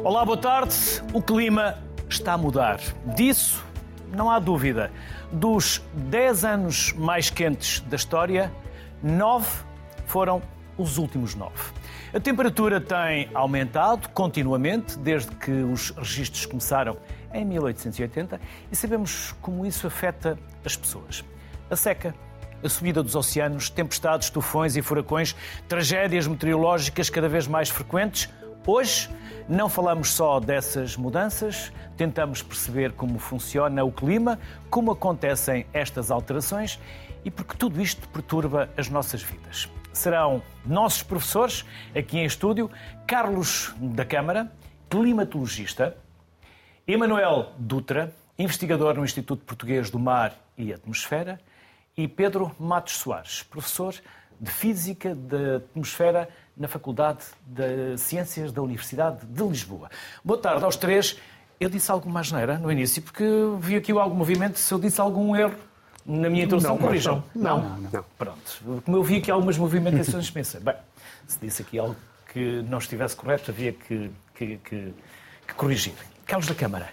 Olá, boa tarde. O clima está a mudar. Disso não há dúvida. Dos 10 anos mais quentes da história, 9 foram os últimos 9. A temperatura tem aumentado continuamente desde que os registros começaram em 1880 e sabemos como isso afeta as pessoas. A seca, a subida dos oceanos, tempestades, tufões e furacões, tragédias meteorológicas cada vez mais frequentes. Hoje não falamos só dessas mudanças, tentamos perceber como funciona o clima, como acontecem estas alterações e porque tudo isto perturba as nossas vidas. Serão nossos professores, aqui em estúdio, Carlos da Câmara, climatologista, Emanuel Dutra, investigador no Instituto Português do Mar e Atmosfera, e Pedro Matos Soares, professor de Física da Atmosfera na Faculdade de Ciências da Universidade de Lisboa. Boa tarde aos três. Eu disse alguma asneira no início, porque vi aqui algum movimento. Se eu disse algum erro na minha introdução, corrijam. Não. Pronto. Como eu vi aqui algumas movimentações, pensei, bem, se disse aqui algo que não estivesse correto, havia que corrigir. Carlos da Câmara,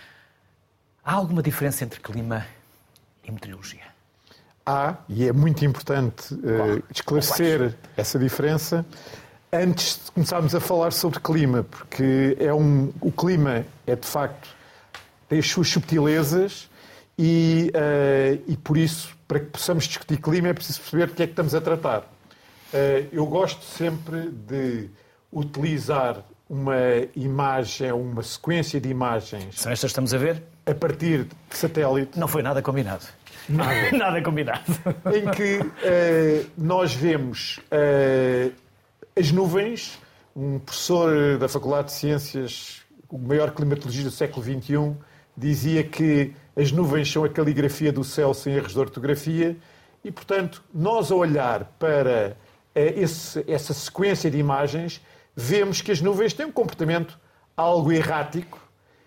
há alguma diferença entre clima e meteorologia? Há, e é muito importante esclarecer essa diferença antes de começarmos a falar sobre clima, porque o clima é, de facto, tem as suas subtilezas e por isso, para que possamos discutir clima, é preciso perceber de que é que estamos a tratar. Eu gosto sempre de utilizar uma imagem, uma sequência de imagens... São estas que estamos a ver? A partir de satélite. Não foi nada combinado. Nada combinado. Em que nós vemos as nuvens. Um professor da Faculdade de Ciências, o maior climatologista do século XXI, dizia que as nuvens são a caligrafia do céu sem erros de ortografia e, portanto, nós a olhar para essa sequência de imagens, vemos que as nuvens têm um comportamento algo errático,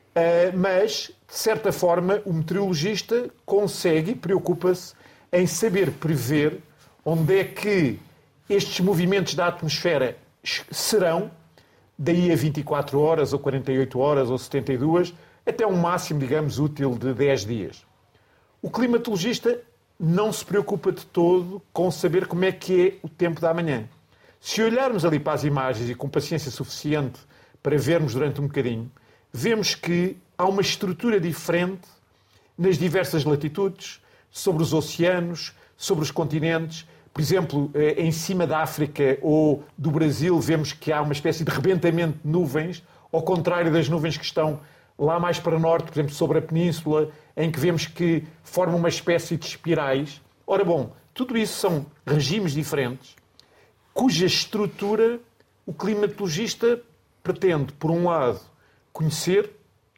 mas, de certa forma, o meteorologista consegue e preocupa-se em saber prever onde é que estes movimentos da atmosfera serão, daí a 24 horas, ou 48 horas, ou 72, até um máximo, digamos, útil de 10 dias. O climatologista não se preocupa de todo com saber como é que é o tempo da manhã. Se olharmos ali para as imagens e com paciência suficiente para vermos durante um bocadinho, vemos que há uma estrutura diferente nas diversas latitudes, sobre os oceanos, sobre os continentes. Por exemplo, em cima da África ou do Brasil, vemos que há uma espécie de rebentamento de nuvens, ao contrário das nuvens que estão lá mais para norte, por exemplo, sobre a península, em que vemos que formam uma espécie de espirais. Ora bom, tudo isso são regimes diferentes, cuja estrutura o climatologista pretende, por um lado, conhecer,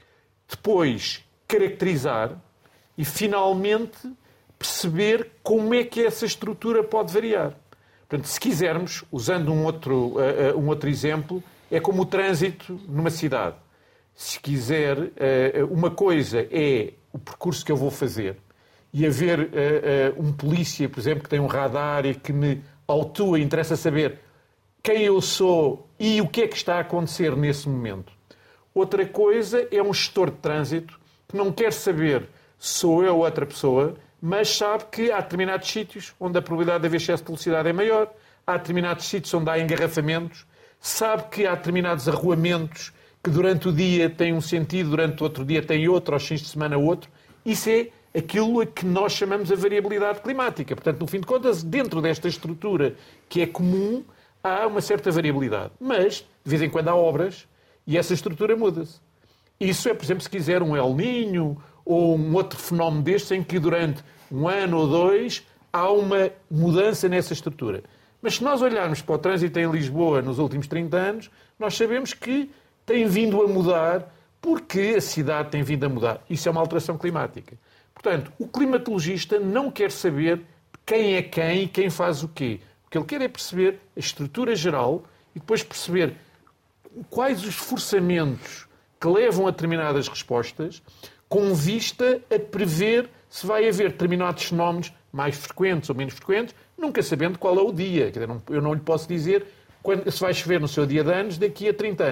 depois caracterizar e, finalmente, perceber como é que essa estrutura pode variar. Portanto, se quisermos, usando um outro exemplo, é como o trânsito numa cidade. Se quiser, uma coisa é o percurso que eu vou fazer e haver um polícia, por exemplo, que tem um radar e que me autua, interessa saber quem eu sou e o que é que está a acontecer nesse momento. Outra coisa é um gestor de trânsito que não quer saber se sou eu ou outra pessoa, mas sabe que há determinados sítios onde a probabilidade de haver excesso de velocidade é maior, há determinados sítios onde há engarrafamentos, sabe que há determinados arruamentos que durante o dia têm um sentido, durante o outro dia têm outro, aos fins de semana outro. Isso é aquilo a que nós chamamos a variabilidade climática. Portanto, no fim de contas, dentro desta estrutura que é comum, há uma certa variabilidade. Mas, de vez em quando, há obras e essa estrutura muda-se. Isso é, por exemplo, se quiser, um El Niño ou um outro fenómeno destes em que durante um ano ou dois há uma mudança nessa estrutura. Mas se nós olharmos para o trânsito em Lisboa nos últimos 30 anos, nós sabemos que tem vindo a mudar porque a cidade tem vindo a mudar. Isso é uma alteração climática. Portanto, o climatologista não quer saber quem é quem e quem faz o quê. O que ele quer é perceber a estrutura geral e depois perceber quais os forçamentos que levam a determinadas respostas com vista a prever se vai haver determinados fenómenos mais frequentes ou menos frequentes, nunca sabendo qual é o dia. Quer dizer, eu não lhe posso dizer se vai chover no seu dia de anos daqui a 30 anos.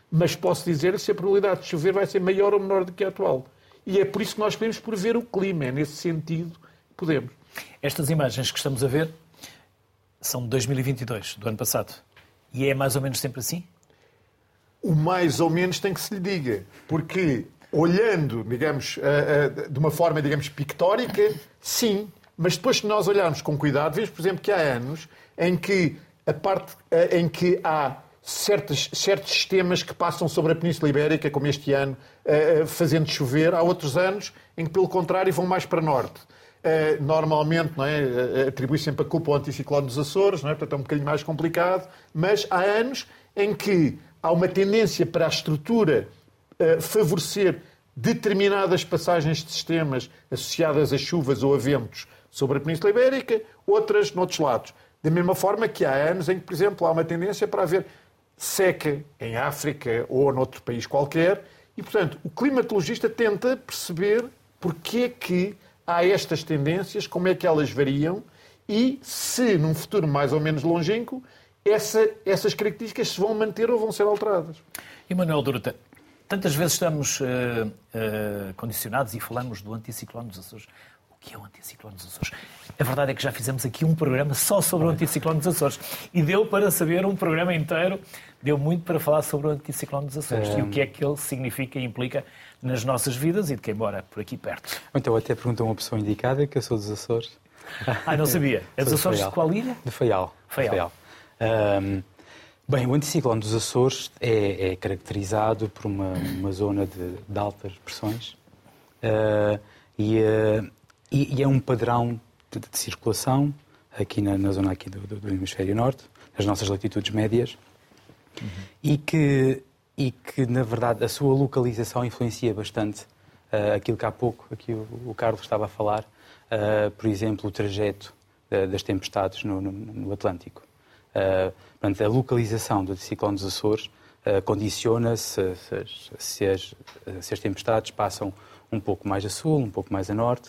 mas posso dizer se a probabilidade de chover vai ser maior ou menor do que a atual. E é por isso que nós podemos prever o clima, é nesse sentido que podemos. Estas imagens que estamos a ver são de 2022, do ano passado. E é mais ou menos sempre assim? O mais ou menos tem que se lhe diga, porque olhando, digamos, de uma forma, digamos, pictórica, sim, mas depois que nós olharmos com cuidado, vemos, por exemplo, que há anos em que há certos sistemas que passam sobre a Península Ibérica, como este ano, fazendo chover. Há outros anos em que, pelo contrário, vão mais para norte. Normalmente, não é, atribui sempre a culpa ao anticiclone dos Açores, não é? Portanto é um bocadinho mais complicado, mas há anos em que há uma tendência para a estrutura favorecer determinadas passagens de sistemas associadas a chuvas ou a ventos sobre a Península Ibérica, outras noutros lados. Da mesma forma que há anos em que, por exemplo, há uma tendência para haver seca em África ou noutro país qualquer e, portanto, o climatologista tenta perceber porque é que há estas tendências, como é que elas variam e se, num futuro mais ou menos longínquo, essas características se vão manter ou vão ser alteradas. E Manuel Duruta, tantas vezes estamos condicionados e falamos do anticiclone dos Açores. O que é o anticiclone dos Açores? A verdade é que já fizemos aqui um programa só sobre o anticiclone dos Açores. E deu para saber um programa inteiro, deu muito para falar sobre o anticiclone dos Açores e o que é que ele significa e implica nas nossas vidas e de quem mora por aqui perto. Então até pergunta uma pessoa indicada, que eu sou dos Açores. Ah, não sabia. É dos Açores de qual ilha? De Faial. Faial. Bem, o anticiclone dos Açores é caracterizado por uma zona de altas pressões e é um padrão de circulação aqui na zona aqui do hemisfério norte, nas nossas latitudes médias, e que, na verdade, a sua localização influencia bastante aquilo que há pouco aqui o Carlos estava a falar, por exemplo, o trajeto das tempestades no Atlântico. Portanto, a localização do anticiclone dos Açores condiciona se as tempestades passam um pouco mais a sul, um pouco mais a norte.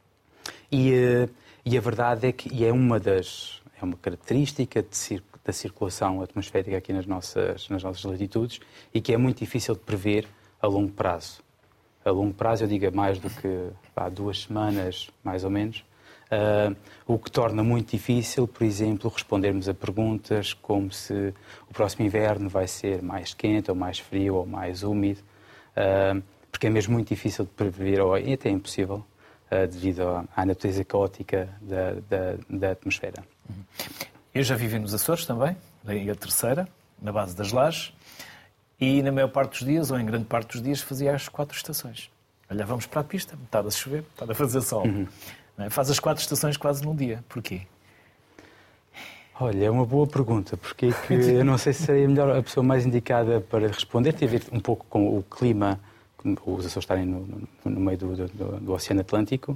E a verdade é que é uma característica da circulação atmosférica aqui nas nossas latitudes e que é muito difícil de prever a longo prazo. A longo prazo, eu digo mais do que 2 semanas, mais ou menos, o que torna muito difícil, por exemplo, respondermos a perguntas como se o próximo inverno vai ser mais quente ou mais frio ou mais úmido, porque é mesmo muito difícil de prever, ou é até impossível, devido à natureza caótica da atmosfera. Eu já vivi nos Açores também, na Ilha Terceira, na base das Lajes, e na maior parte dos dias, ou em grande parte dos dias, fazia as 4 estações. Olhávamos para a pista, metade a chover, metade a fazer sol. Não é? Faz as 4 estações quase num dia. Porquê? Olha, é uma boa pergunta, porque é que eu não sei se seria a pessoa mais indicada para responder. Tem a ver um pouco com o clima, os Açores estarem no meio do Oceano Atlântico.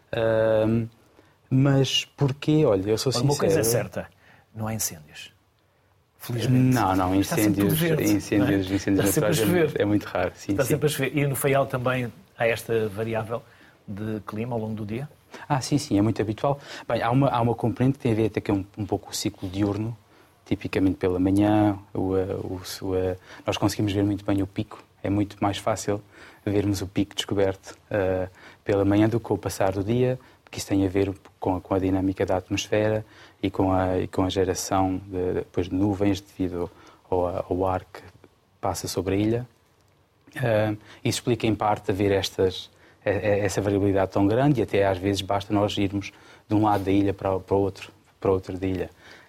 Mas porquê? Olha, eu sou sincero... Uma coisa é certa, não há incêndios. Felizmente. Não, incêndios naturais é muito raro. Sim, está sempre a chover. E no Faial também há esta variável de clima ao longo do dia? Sim, é muito habitual. Bem, há uma componente que tem a ver até que um pouco o ciclo diurno, tipicamente pela manhã, nós conseguimos ver muito bem o pico. É muito mais fácil vermos o pico descoberto pela manhã do que com o passar do dia, porque isso tem a ver com a dinâmica da atmosfera e com a geração de nuvens devido ao ar que passa sobre a ilha. Isso explica, em parte, haver essa variabilidade tão grande e até às vezes basta nós irmos de um lado da ilha para outro da ilha.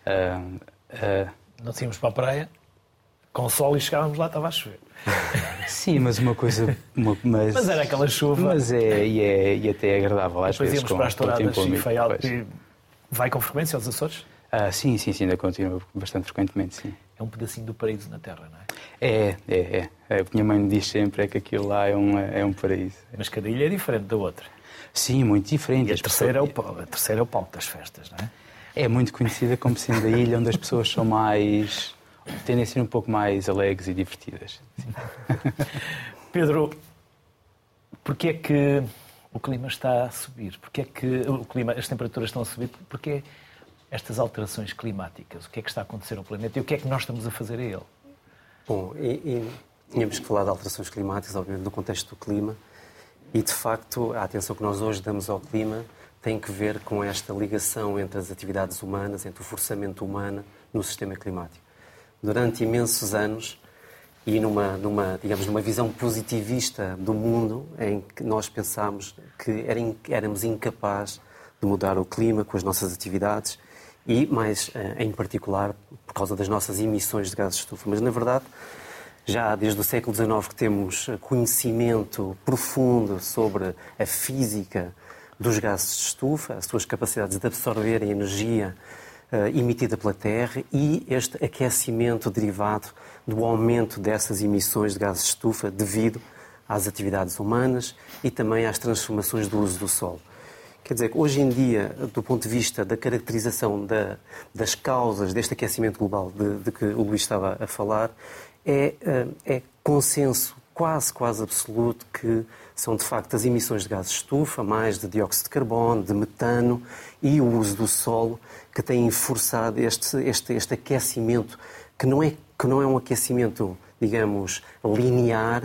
Nós íamos para a praia com sol e chegávamos lá, estava a chover. Sim, mas uma coisa... Mas era aquela chuva. Mas e até é agradável às vezes. Depois íamos para as touradas e Faial. Vai com frequência aos Açores? Sim, ainda continua bastante frequentemente, sim. É um pedacinho do paraíso na Terra, não é? É. A minha mãe me diz sempre que aquilo lá é um paraíso. Mas cada ilha é diferente da outra. Sim, muito diferente. E a terceira é o palco das festas, não é? É muito conhecida como sendo a ilha onde as pessoas são mais... tendem a ser um pouco mais alegres e divertidas. Pedro, porquê é que o clima está a subir? Porquê é que as temperaturas estão a subir? Porquê estas alterações climáticas? O que é que está a acontecer ao planeta e o que é que nós estamos a fazer a ele? Bom, tínhamos que falar de alterações climáticas, obviamente, no contexto do clima. E, de facto, a atenção que nós hoje damos ao clima tem que ver com esta ligação entre as atividades humanas, entre o forçamento humano no sistema climático. Durante imensos anos, e numa visão positivista do mundo, em que nós pensámos que éramos incapazes de mudar o clima com as nossas atividades e, mais em particular, por causa das nossas emissões de gases de estufa. Mas, na verdade, já desde o século XIX que temos conhecimento profundo sobre a física dos gases de estufa, as suas capacidades de absorver a energia emitida pela Terra e este aquecimento derivado do aumento dessas emissões de gases de estufa devido às atividades humanas e também às transformações do uso do solo. Quer dizer, hoje em dia, do ponto de vista da caracterização das causas deste aquecimento global de que o Luís estava a falar, é consenso quase absoluto que são, de facto, as emissões de gases de estufa, mais de dióxido de carbono, de metano e o uso do solo que têm forçado este aquecimento, que não é um aquecimento, digamos, linear,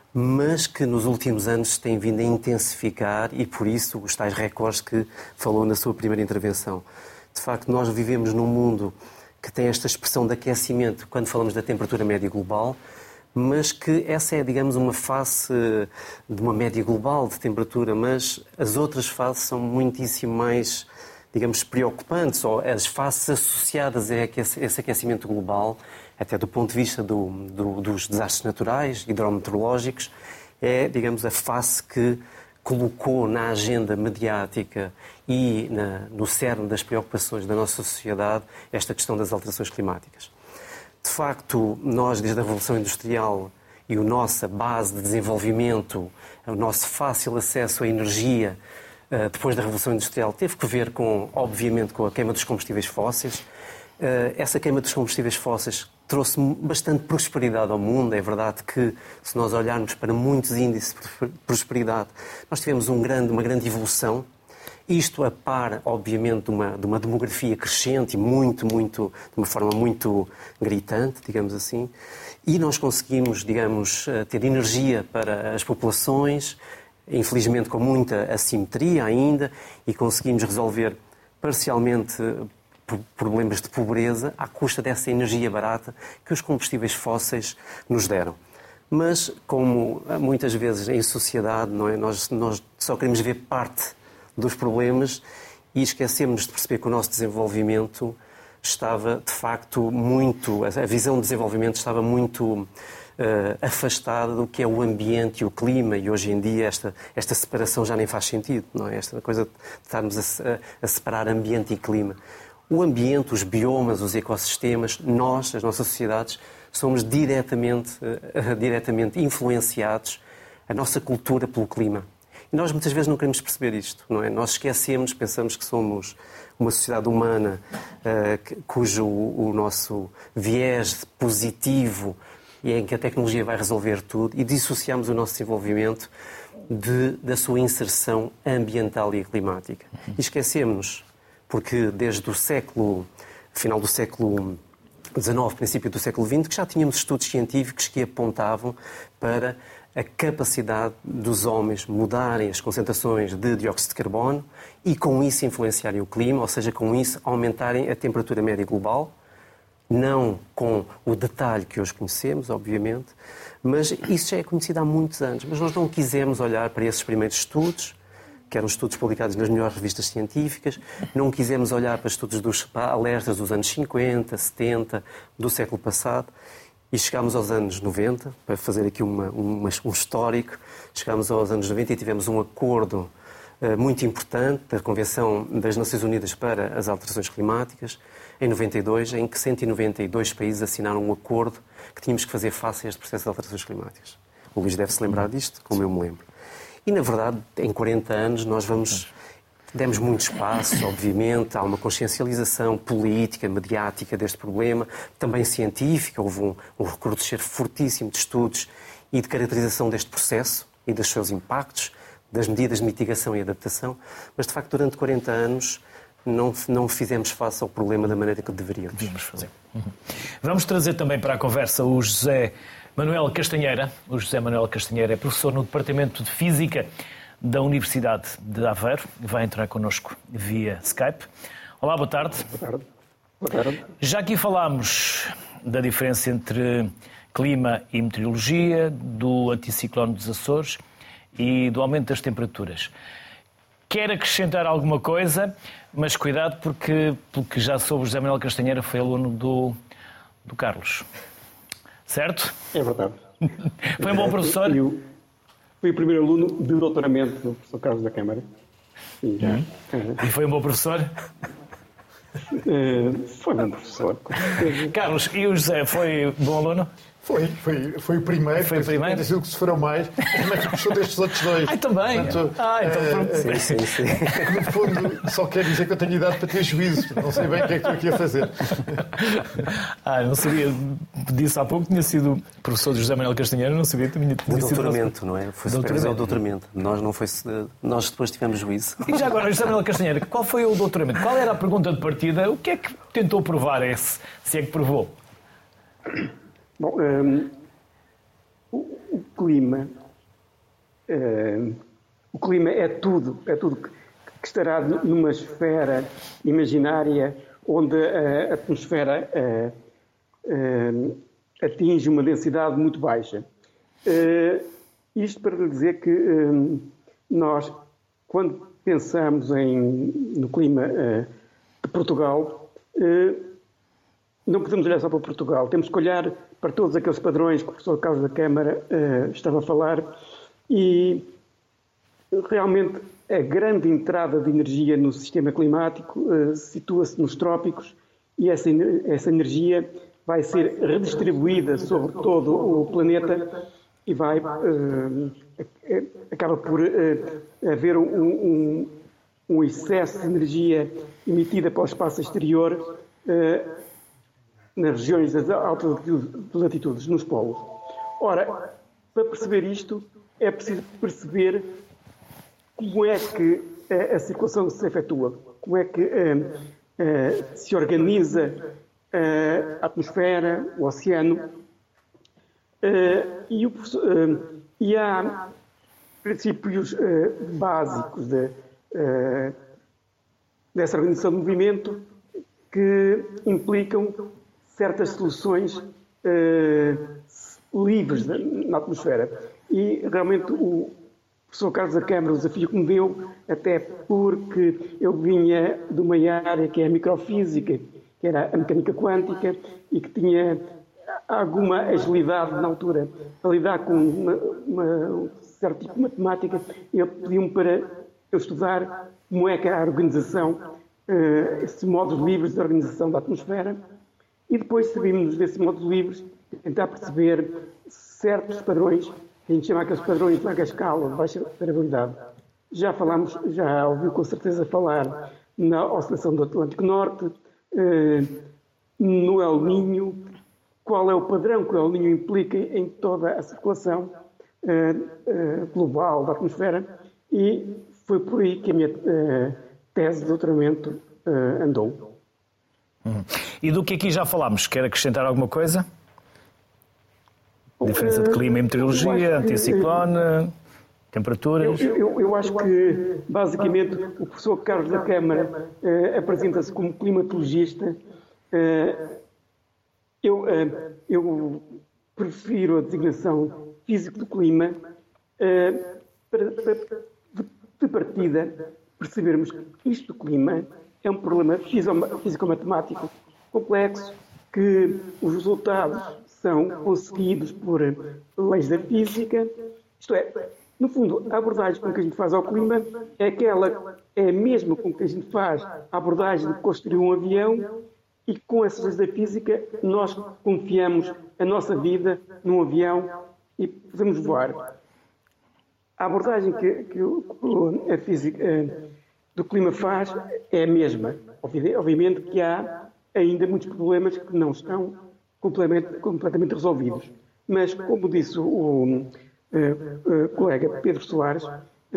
mas que nos últimos anos se tem vindo a intensificar e, por isso, os tais recordes que falou na sua primeira intervenção. De facto, nós vivemos num mundo que tem esta expressão de aquecimento quando falamos da temperatura média global, mas que essa é, digamos, uma face de uma média global de temperatura, mas as outras faces são muitíssimo mais, digamos, preocupantes, ou as faces associadas a esse aquecimento global, até do ponto de vista dos desastres naturais, hidrometeorológicos, é, digamos, a face que colocou na agenda mediática e no cerne das preocupações da nossa sociedade esta questão das alterações climáticas. De facto, nós, desde a Revolução Industrial e a nossa base de desenvolvimento, o nosso fácil acesso à energia, depois da Revolução Industrial, teve que ver, obviamente, com a queima dos combustíveis fósseis. Essa queima dos combustíveis fósseis trouxe bastante prosperidade ao mundo. É verdade que, se nós olharmos para muitos índices de prosperidade, nós tivemos uma grande evolução. Isto a par, obviamente, de uma demografia crescente e de uma forma muito gritante, digamos assim. E nós conseguimos, digamos, ter energia para as populações, infelizmente com muita assimetria ainda, e conseguimos resolver parcialmente problemas de pobreza à custa dessa energia barata que os combustíveis fósseis nos deram. Mas, como muitas vezes em sociedade, não é? Nós só queremos ver parte dos problemas e esquecemos de perceber que o nosso desenvolvimento estava, de facto, a visão de desenvolvimento estava muito afastada do que é o ambiente e o clima, e hoje em dia esta separação já nem faz sentido, não é? Esta coisa de estarmos a separar ambiente e clima. O ambiente, os biomas, os ecossistemas, as nossas sociedades, somos diretamente influenciados, a nossa cultura, pelo clima. E nós muitas vezes não queremos perceber isto, não é? Nós esquecemos, pensamos que somos uma sociedade humana cujo o nosso viés positivo e em que a tecnologia vai resolver tudo, e dissociamos o nosso desenvolvimento da sua inserção ambiental e climática. E esquecemos, porque desde o final do século XIX, princípio do século XX, que já tínhamos estudos científicos que apontavam para a capacidade dos homens mudarem as concentrações de dióxido de carbono e com isso influenciarem o clima, ou seja, com isso aumentarem a temperatura média global, não com o detalhe que hoje conhecemos, obviamente, mas isso já é conhecido há muitos anos. Mas nós não quisemos olhar para esses primeiros estudos, que eram estudos publicados nas melhores revistas científicas, não quisemos olhar para estudos dos alertas dos anos 50, 70, do século passado, e chegámos aos anos 90, para fazer aqui um histórico, chegámos aos anos 90 e tivemos um acordo muito importante da Convenção das Nações Unidas para as Alterações Climáticas, em 92, em que 192 países assinaram um acordo que tínhamos que fazer face a este processo de alterações climáticas. O Luís deve-se lembrar disto, como eu me lembro. E, na verdade, em 40 anos nós demos muito espaço, obviamente, há uma consciencialização política, mediática deste problema, também científica, houve um recrudescer fortíssimo de estudos e de caracterização deste processo e dos seus impactos, das medidas de mitigação e adaptação, mas, de facto, durante 40 anos não fizemos face ao problema da maneira que deveríamos fazer. Vamos trazer também para a conversa o José Manuel Castanheira, o José Manuel Castanheira, é professor no Departamento de Física da Universidade de Aveiro. Vai entrar connosco via Skype. Olá, boa tarde. Boa tarde. Boa tarde. Já aqui falámos da diferença entre clima e meteorologia, do anticiclone dos Açores e do aumento das temperaturas. Quer acrescentar alguma coisa, mas cuidado porque, pelo que já soube, o José Manuel Castanheira foi aluno do Carlos. Certo? É verdade. Foi um bom professor? Fui o primeiro aluno de doutoramento do professor Carlos da Câmara. E foi um bom professor? Foi um bom professor. Carlos, e o José foi bom aluno? Foi o primeiro. Foi o primeiro? Tem sido que se foram mais. Também gostou destes outros dois. Também? Então pronto. Sim. Que no fundo só quer dizer que eu tenho idade para ter juízo. Não sei bem o que é que estou aqui a fazer. Não sabia disso há pouco. Tinha sido professor de José Manuel Castanheira. Não sabia. Tinha De doutoramento, não é? Foi supervisão do doutoramento. Nós depois tivemos juízo. E já agora, José Manuel Castanheira, qual foi o doutoramento? Qual era a pergunta de partida? O que é que tentou provar se é que provou? Bom, o clima é tudo que estará numa esfera imaginária onde a atmosfera atinge uma densidade muito baixa. Isto para lhe dizer que nós, quando pensamos no clima de Portugal, não podemos olhar só para Portugal, temos que olhar para todos aqueles padrões que o professor Carlos da Câmara estava a falar e realmente a grande entrada de energia no sistema climático situa-se nos trópicos e essa energia vai ser redistribuída sobre todo o planeta e acaba por haver um excesso de energia emitida para o espaço exterior nas regiões das altas latitudes, nos polos. Ora, para perceber isto, é preciso perceber como é que a circulação se efetua, como é que se organiza a atmosfera, o oceano, e há princípios básicos dessa organização de movimento que implicam certas soluções livres na atmosfera. E realmente o professor Carlos da Câmara, o desafio que me deu, até porque eu vinha de uma área que é a microfísica, que era a mecânica quântica, e que tinha alguma agilidade na altura a lidar com um certo tipo de matemática, ele pediu-me para eu estudar como é que a organização, esses modos livres de organização da atmosfera, e depois servimos desses modos livres tentar perceber certos padrões, que a gente chama aqueles padrões de larga escala, de baixa variabilidade. Já ouviu com certeza falar na oscilação do Atlântico Norte, no El Niño, qual é o padrão que o El Niño implica em toda a circulação global da atmosfera, e foi por aí que a minha tese de doutoramento andou. E do que aqui já falámos, quer acrescentar alguma coisa? Diferença de clima e meteorologia, anticiclone, temperaturas? Eu acho que, basicamente, o professor Carlos da Câmara apresenta-se como climatologista. Eu prefiro a designação físico do clima para, de partida, percebermos que isto do clima é um problema físico-matemático complexo, que os resultados são conseguidos por leis da física. Isto é, no fundo, a abordagem com que a gente faz ao clima é a mesma com que a gente faz a abordagem de construir um avião, e com essas leis da física nós confiamos a nossa vida num avião e podemos voar. A abordagem que a física do clima faz é a mesma. Obviamente que há ainda muitos problemas que não estão completamente resolvidos. Mas, como disse o colega Pedro Soares,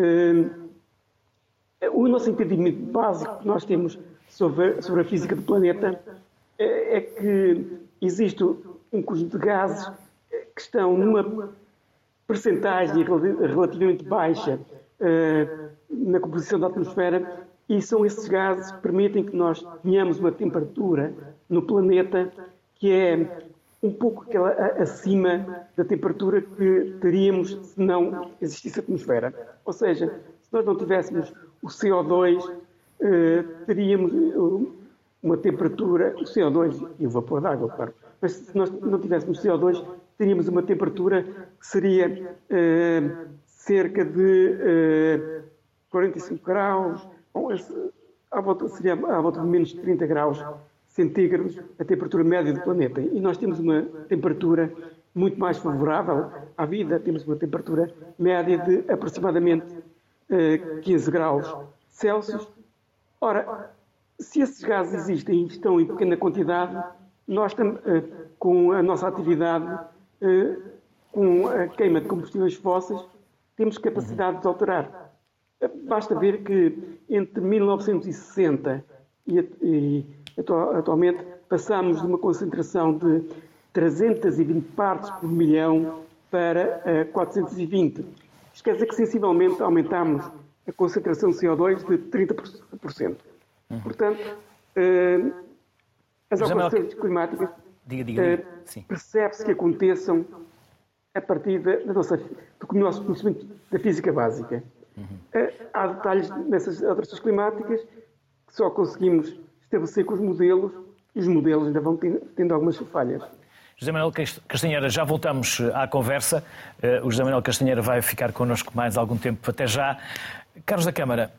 o nosso entendimento básico que nós temos sobre a física do planeta é que existe um conjunto de gases que estão numa percentagem relativamente baixa na composição da atmosfera, e são esses gases que permitem que nós tenhamos uma temperatura no planeta que é um pouco acima da temperatura que teríamos se não existisse a atmosfera. Ou seja, se nós não tivéssemos o CO2, teríamos uma temperatura, o CO2 e o vapor d'água, claro, mas se nós não tivéssemos CO2, teríamos uma temperatura que seria cerca de 45 graus, seria à volta de menos de 30 graus centígrados a temperatura média do planeta. E nós temos uma temperatura muito mais favorável à vida, temos uma temperatura média de aproximadamente 15 graus Celsius. Ora, se esses gases existem e estão em pequena quantidade, nós, com a nossa atividade, com a queima de combustíveis fósseis, temos capacidade de alterar. Basta ver que entre 1960 e atualmente passamos de uma concentração de 320 partes por milhão para 420. Isto quer dizer que sensivelmente aumentamos a concentração de CO2 de 30%. Portanto, as alterações climáticas percebe-se que aconteçam a partir do nosso conhecimento da física básica. Há detalhes nessas alterações climáticas que só conseguimos estabelecer com os modelos, e os modelos ainda vão tendo algumas falhas. José Manuel Castanheira, já voltamos à conversa. O José Manuel Castanheira vai ficar connosco mais algum tempo, até já. Carlos da Câmara,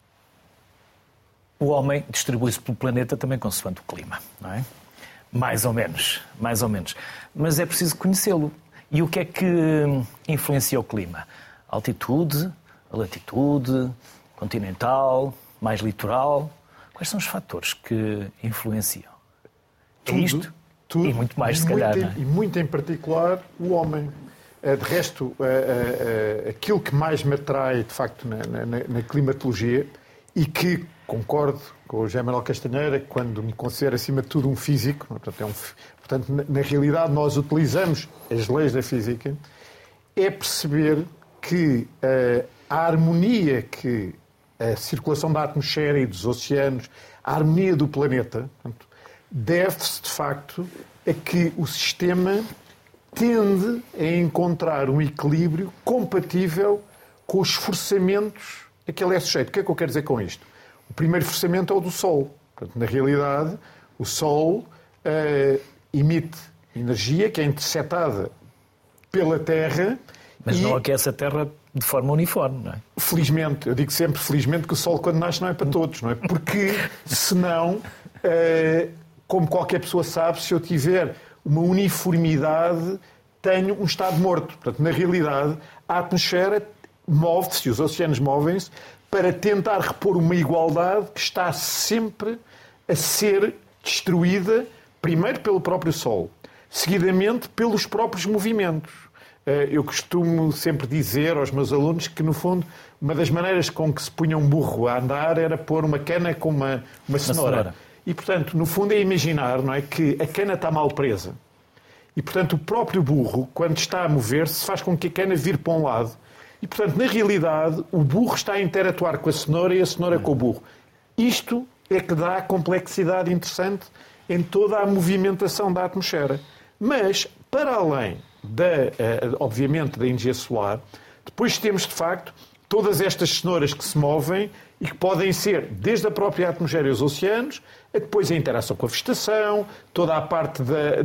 o homem distribui-se pelo planeta também consoante o clima, não é? Mais ou menos. Mas é preciso conhecê-lo. E o que é que influencia o clima? A altitude, a latitude, continental, mais litoral? Quais são os fatores que influenciam? Tudo. E muito mais, se calhar. E muito em particular o homem. De resto, aquilo que mais me atrai, de facto, na climatologia, e que concordo com o José Manuel Castanheira, quando me considero, acima de tudo, um físico, portanto, na realidade, nós utilizamos as leis da física, é perceber que a harmonia que a circulação da atmosfera e dos oceanos, a harmonia do planeta, deve-se, de facto, a que o sistema tende a encontrar um equilíbrio compatível com os forçamentos a que ele é sujeito. O que é que eu quero dizer com isto? O primeiro forçamento é o do Sol. Portanto, na realidade, o Sol emite energia que é interceptada pela Terra. Mas não aquece a Terra de forma uniforme, não é? Felizmente, eu digo sempre felizmente que o Sol quando nasce não é para todos, não é? Porque senão, como qualquer pessoa sabe, se eu tiver uma uniformidade, tenho um estado morto. Portanto, na realidade, a atmosfera move-se, os oceanos movem-se, para tentar repor uma igualdade que está sempre a ser destruída, primeiro pelo próprio Sol, seguidamente pelos próprios movimentos. Eu costumo sempre dizer aos meus alunos que, no fundo, uma das maneiras com que se punha um burro a andar era pôr uma cana com uma cenoura. E, portanto, no fundo é imaginar, não é, que a cana está mal presa. E, portanto, o próprio burro, quando está a mover-se, faz com que a cana vire para um lado. E, portanto, na realidade, o burro está a interatuar com a cenoura e a cenoura com o burro. Isto é que dá a complexidade interessante em toda a movimentação da atmosfera. Mas, para além, obviamente, da energia solar, depois temos, de facto, todas estas cenouras que se movem e que podem ser, desde a própria atmosfera e os oceanos, a depois a interação com a vegetação, toda a parte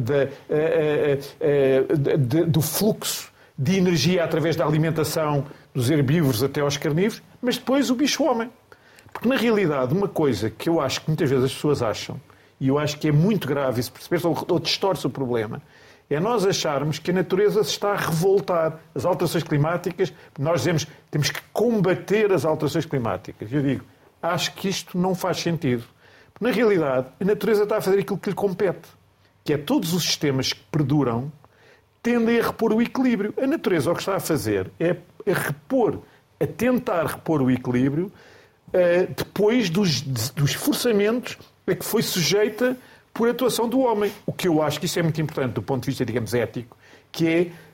do fluxo de energia através da alimentação dos herbívoros até aos carnívoros, mas depois o bicho-homem. Porque, na realidade, uma coisa que eu acho que muitas vezes as pessoas acham, e eu acho que é muito grave, e se perceber ou distorce o problema, é nós acharmos que a natureza se está a revoltar. As alterações climáticas, nós dizemos que temos que combater as alterações climáticas. Eu digo, acho que isto não faz sentido. Porque, na realidade, a natureza está a fazer aquilo que lhe compete, que é todos os sistemas que perduram tendem a repor o equilíbrio. A natureza o que está a fazer é a tentar repor o equilíbrio depois dos forçamentos a que foi sujeita por atuação do homem. O que eu acho que isso é muito importante do ponto de vista, digamos, ético, que é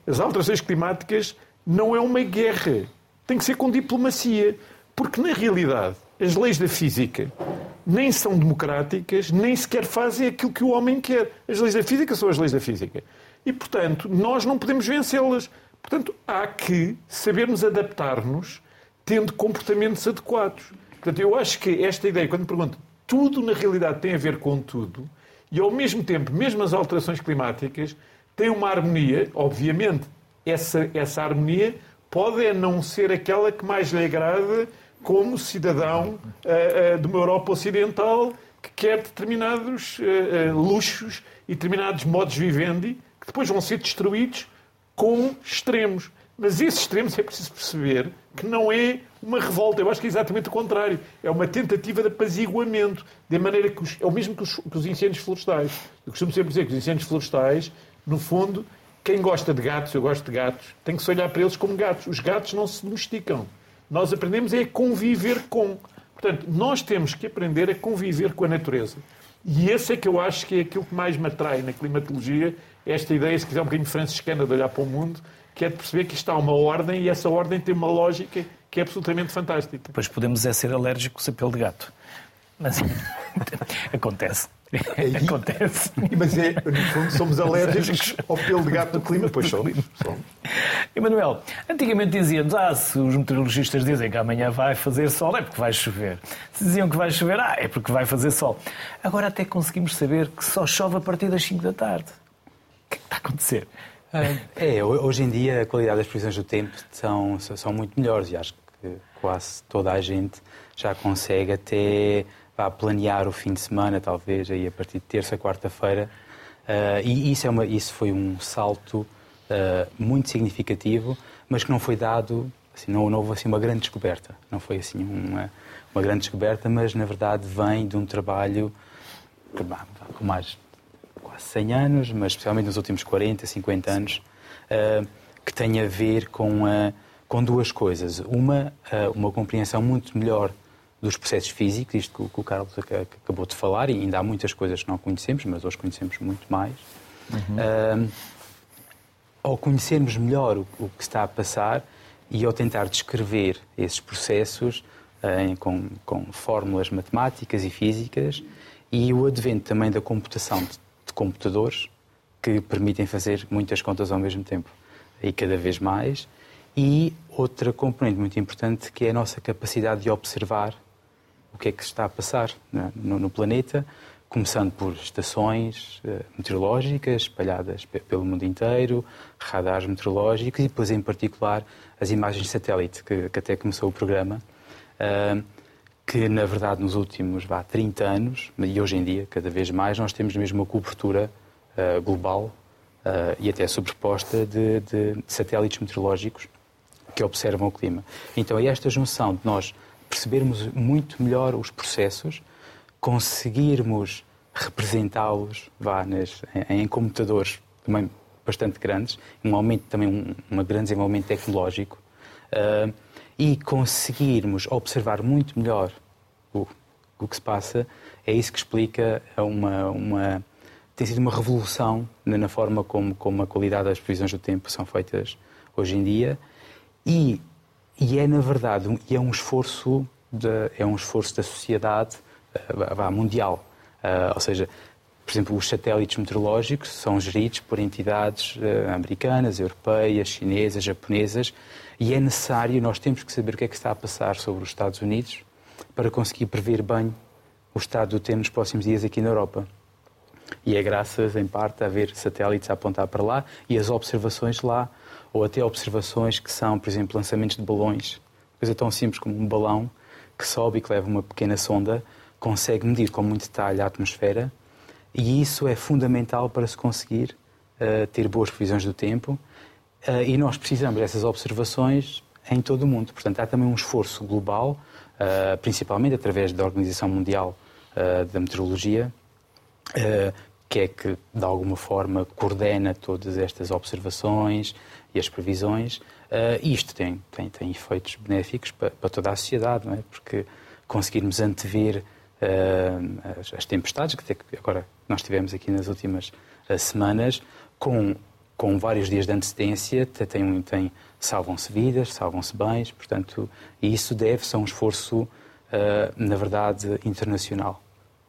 as alterações climáticas não é uma guerra. Tem que ser com diplomacia. Porque, na realidade, as leis da física nem são democráticas, nem sequer fazem aquilo que o homem quer. As leis da física são as leis da física. E, portanto, nós não podemos vencê-las. Portanto, há que sabermos adaptar-nos tendo comportamentos adequados. Portanto, eu acho que esta ideia, quando me pergunto, tudo na realidade tem a ver com tudo, e ao mesmo tempo, mesmo as alterações climáticas, têm uma harmonia, obviamente, essa harmonia pode não ser aquela que mais lhe agrada como cidadão de uma Europa Ocidental que quer determinados luxos e determinados modos vivendi que depois vão ser destruídos com extremos. Mas esses extremos é preciso perceber que não é uma revolta. Eu acho que é exatamente o contrário. É uma tentativa de apaziguamento. De maneira que é o mesmo que os incêndios florestais. Eu costumo sempre dizer que os incêndios florestais, no fundo, quem gosta de gatos, eu gosto de gatos, tem que se olhar para eles como gatos. Os gatos não se domesticam. Nós aprendemos a conviver com. Portanto, nós temos que aprender a conviver com a natureza. E esse é que eu acho que é aquilo que mais me atrai na climatologia, esta ideia, se quiser, um bocadinho franciscana de olhar para o mundo, que é de perceber que está uma ordem e essa ordem tem uma lógica que é absolutamente fantástica. Depois podemos ser alérgicos a pelo de gato. Mas acontece. Acontece. Mas no fundo, somos alérgicos ao pelo de gato do clima. Pois somos. Emanuel, antigamente dizíamos, se os meteorologistas dizem que amanhã vai fazer sol, é porque vai chover. Se diziam que vai chover, é porque vai fazer sol. Agora até conseguimos saber que só chove a partir das 5 da tarde. O que é que está a acontecer? Hoje em dia a qualidade das previsões do tempo são muito melhores e acho que quase toda a gente já consegue até planear o fim de semana, talvez, aí a partir de terça, quarta-feira. E isso foi um salto muito significativo, mas que não foi dado, assim, não houve assim, uma grande descoberta. Não foi assim uma grande descoberta, mas na verdade vem de um trabalho com mais quase 100 anos, mas especialmente nos últimos 40, 50 anos, que tem a ver com duas coisas. Uma compreensão muito melhor dos processos físicos, isto que o Carlos acabou de falar, e ainda há muitas coisas que não conhecemos, mas hoje conhecemos muito mais. Ao conhecermos melhor o que está a passar e ao tentar descrever esses processos com fórmulas matemáticas e físicas, e o advento também da computação de computadores que permitem fazer muitas contas ao mesmo tempo, e cada vez mais. E outra componente muito importante, que é a nossa capacidade de observar o que é que está a passar no planeta, começando por estações meteorológicas espalhadas pelo mundo inteiro, radares meteorológicos e depois, em particular, as imagens de satélite, que até começou o programa, que, na verdade, nos últimos 30 anos, e hoje em dia, cada vez mais, nós temos mesmo uma cobertura global e até sobreposta de satélites meteorológicos que observam o clima. Então, é esta junção de nós percebermos muito melhor os processos, conseguirmos representá-los em computadores também bastante grandes, um grande desenvolvimento tecnológico, e conseguirmos observar muito melhor o que se passa, é isso que explica tem sido uma revolução na forma como a qualidade das previsões do tempo são feitas hoje em dia, e é, na verdade, um esforço da sociedade mundial. Ou seja, por exemplo, os satélites meteorológicos são geridos por entidades americanas, europeias, chinesas, japonesas, e é necessário, nós temos que saber o que é que está a passar sobre os Estados Unidos para conseguir prever bem o estado do tempo nos próximos dias aqui na Europa. E é graças, em parte, a haver satélites a apontar para lá e as observações lá, ou até observações que são, por exemplo, lançamentos de balões, coisa tão simples como um balão que sobe e que leva uma pequena sonda, consegue medir com muito detalhe a atmosfera, e isso é fundamental para se conseguir ter boas previsões do tempo, e nós precisamos dessas observações em todo o mundo. Portanto, há também um esforço global, principalmente através da Organização Mundial da Meteorologia, que de alguma forma coordena todas estas observações e as previsões, e isto tem efeitos benéficos para toda a sociedade, não é? Porque conseguirmos antever as tempestades, que agora nós tivemos aqui nas últimas semanas, com com vários dias de antecedência, salvam-se vidas, salvam-se bens, portanto, e isso deve-se a um esforço, na verdade, internacional.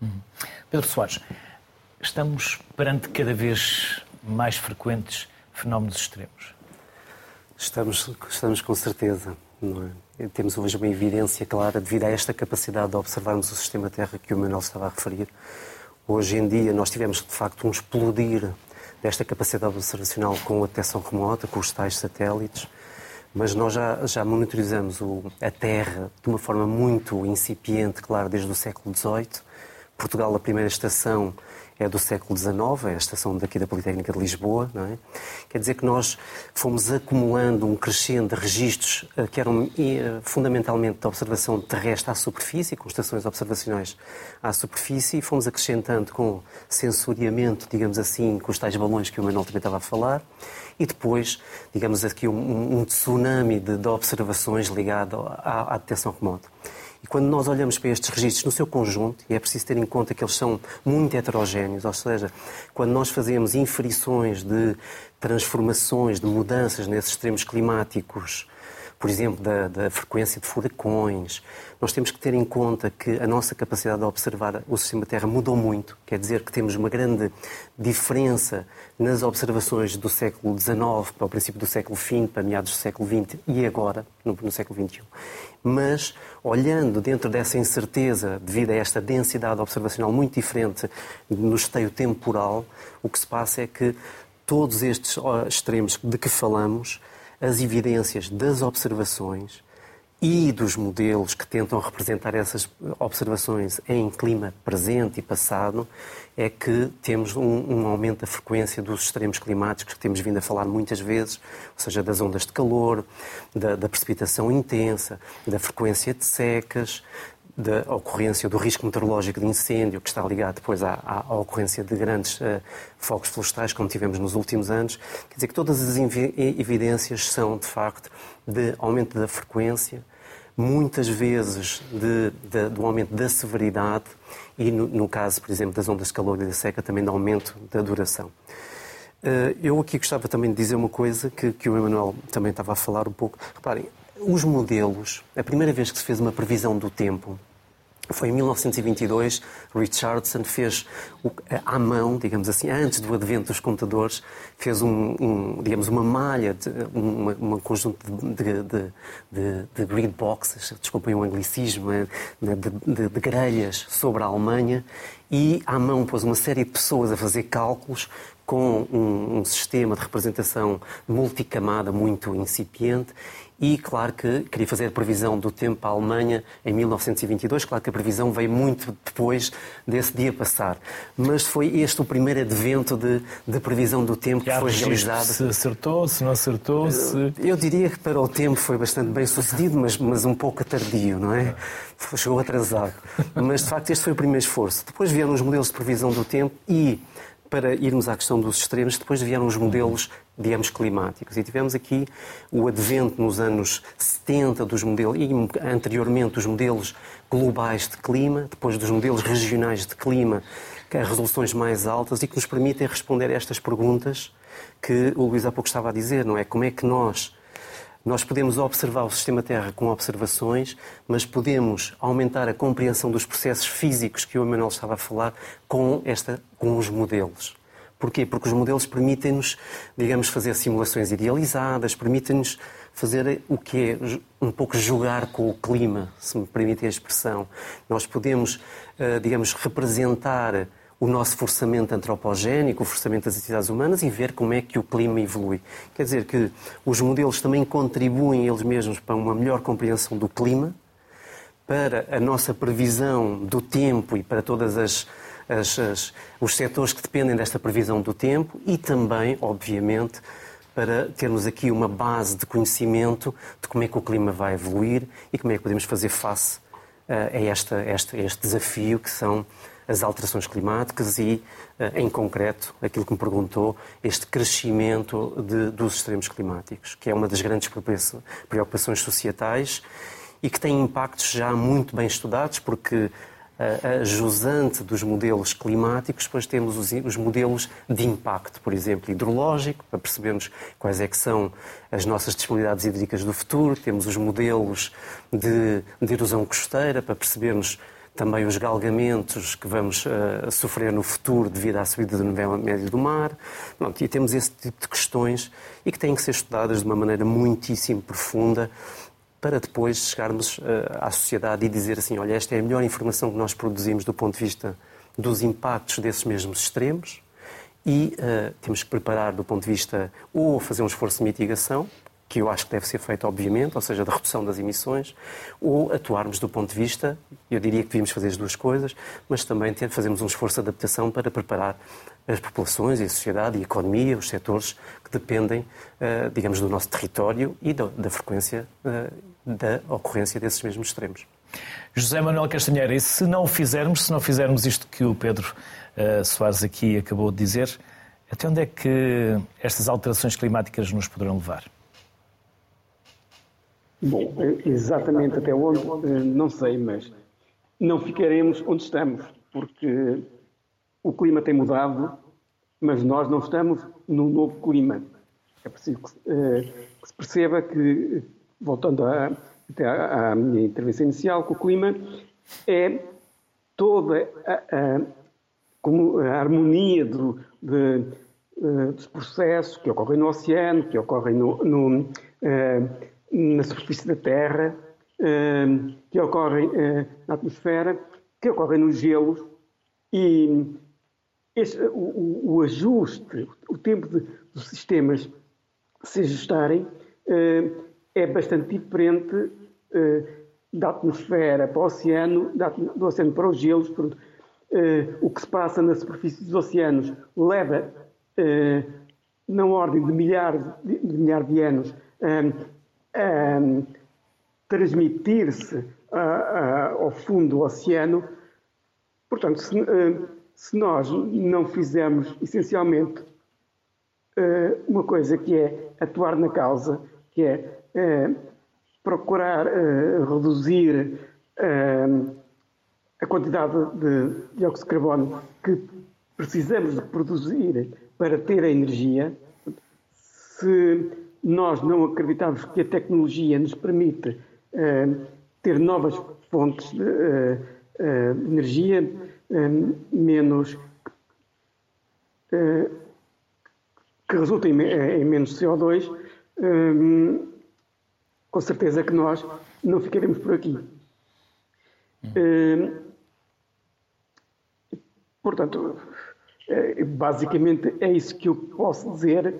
Pedro Soares, estamos perante cada vez mais frequentes fenómenos extremos? Estamos com certeza, não é? Temos hoje uma evidência clara devido a esta capacidade de observarmos o sistema Terra que o Manuel estava a referir. Hoje em dia nós tivemos, de facto, um explodir desta capacidade observacional com a detecção remota, com os tais satélites, mas nós já monitorizamos a Terra de uma forma muito incipiente, claro, desde o século XVIII. Portugal, a primeira estação é do século XIX, é a estação daqui da Politécnica de Lisboa, não é? Quer dizer que nós fomos acumulando um crescendo de registros que eram fundamentalmente de observação terrestre à superfície, com estações observacionais à superfície, e fomos acrescentando com sensoriamento, digamos assim, com os tais balões que o Manuel também estava a falar, e depois, digamos aqui, um tsunami de observações ligado à detecção remota. E quando nós olhamos para estes registros no seu conjunto, e é preciso ter em conta que eles são muito heterogéneos, ou seja, quando nós fazemos inferições de transformações, de mudanças nesses extremos climáticos, por exemplo, da frequência de furacões, nós temos que ter em conta que a nossa capacidade de observar o sistema Terra mudou muito. Quer dizer que temos uma grande diferença nas observações do século XIX para o princípio do século XX, para meados do século XX e agora, no século XXI. Mas, olhando dentro dessa incerteza, devido a esta densidade observacional muito diferente no esteio temporal, o que se passa é que todos estes extremos de que falamos, as evidências das observações e dos modelos que tentam representar essas observações em clima presente e passado, é que temos um aumento da frequência dos extremos climáticos que temos vindo a falar muitas vezes, ou seja, das ondas de calor, da precipitação intensa, da frequência de secas, da ocorrência do risco meteorológico de incêndio, que está ligado depois à ocorrência de grandes focos florestais, como tivemos nos últimos anos. Quer dizer que todas as evidências são, de facto, de aumento da frequência, muitas vezes do aumento da severidade e, no caso, por exemplo, das ondas de calor e da seca, também de aumento da duração. Eu aqui gostava também de dizer uma coisa que o Emanuel também estava a falar um pouco. Reparem, os modelos, a primeira vez que se fez uma previsão do tempo, foi em 1922, Richardson fez à mão, digamos assim, antes do advento dos computadores, fez digamos, uma malha, um conjunto de grid boxes, desculpem o anglicismo, de grelhas sobre a Alemanha, e à mão pôs uma série de pessoas a fazer cálculos com um sistema de representação multicamada muito incipiente. E, claro, que queria fazer a previsão do tempo à Alemanha em 1922. Claro que a previsão veio muito depois desse dia passar. Mas foi este o primeiro advento de previsão do tempo que foi realizado. Se acertou, se não acertou, Eu diria que para o tempo foi bastante bem sucedido, mas um pouco tardio, não é? Chegou atrasado. Mas, de facto, este foi o primeiro esforço. Depois vieram os modelos de previsão do tempo e, para irmos à questão dos extremos, depois vieram os modelos, digamos, climáticos. E tivemos aqui o advento nos anos 70 dos modelos, e anteriormente dos modelos globais de clima, depois dos modelos regionais de clima, que há resoluções mais altas e que nos permitem responder a estas perguntas que o Luís há pouco estava a dizer, não é? Como é que nós podemos observar o sistema Terra com observações, mas podemos aumentar a compreensão dos processos físicos que o Emanuel estava a falar com os modelos. Porquê? Porque os modelos permitem-nos, digamos, fazer simulações idealizadas, permitem-nos fazer o que é um pouco jogar com o clima, se me permitem a expressão. Nós podemos, digamos, representar o nosso forçamento antropogénico, o forçamento das atividades humanas e ver como é que o clima evolui. Quer dizer que os modelos também contribuem eles mesmos para uma melhor compreensão do clima, para a nossa previsão do tempo e para todas os setores que dependem desta previsão do tempo e também, obviamente, para termos aqui uma base de conhecimento de como é que o clima vai evoluir e como é que podemos fazer face a este desafio que são as alterações climáticas e, em concreto, aquilo que me perguntou, este crescimento dos extremos climáticos, que é uma das grandes preocupações societais e que tem impactos já muito bem estudados, porque a jusante dos modelos climáticos, depois temos os modelos de impacto, por exemplo, hidrológico, para percebermos quais é que são as nossas disponibilidades hídricas do futuro. Temos os modelos de erosão costeira, para percebermos também os galgamentos que vamos sofrer no futuro devido à subida do nível médio do mar. Pronto, e temos esse tipo de questões e que têm que ser estudadas de uma maneira muitíssimo profunda, para depois chegarmos à sociedade e dizer assim, olha, esta é a melhor informação que nós produzimos do ponto de vista dos impactos desses mesmos extremos e temos que preparar do ponto de vista ou fazer um esforço de mitigação, que eu acho que deve ser feito, obviamente, ou seja, da redução das emissões, ou atuarmos do ponto de vista, eu diria que devíamos fazer as duas coisas, mas também fazermos um esforço de adaptação para preparar as populações, a sociedade, a economia, os setores que dependem, digamos, do nosso território e da frequência da ocorrência desses mesmos extremos. José Manuel Castanheira, e se não fizermos isto que o Pedro Soares aqui acabou de dizer, até onde é que estas alterações climáticas nos poderão levar? Bom, exatamente até onde, não sei, mas não ficaremos onde estamos, porque o clima tem mudado, mas nós não estamos no novo clima. É preciso que se perceba que, voltando até à minha intervenção inicial, que o clima é toda como a harmonia dos processos que ocorrem no oceano, que ocorrem na superfície da Terra, que ocorrem na atmosfera, que ocorrem nos gelos, e o ajuste, o tempo dos sistemas se ajustarem é bastante diferente da atmosfera para o oceano, do oceano para os gelos. O que se passa na superfície dos oceanos leva, na ordem de milhares de anos, a transmitir-se ao fundo do oceano. Portanto, se nós não fizermos essencialmente uma coisa que é atuar na causa, que é procurar reduzir a quantidade de dióxido de carbono que precisamos de produzir para ter a energia, se nós não acreditarmos que a tecnologia nos permite ter novas fontes de energia menos que resultem em menos CO2, com certeza que nós não ficaremos por aqui. Portanto, basicamente é isso que eu posso dizer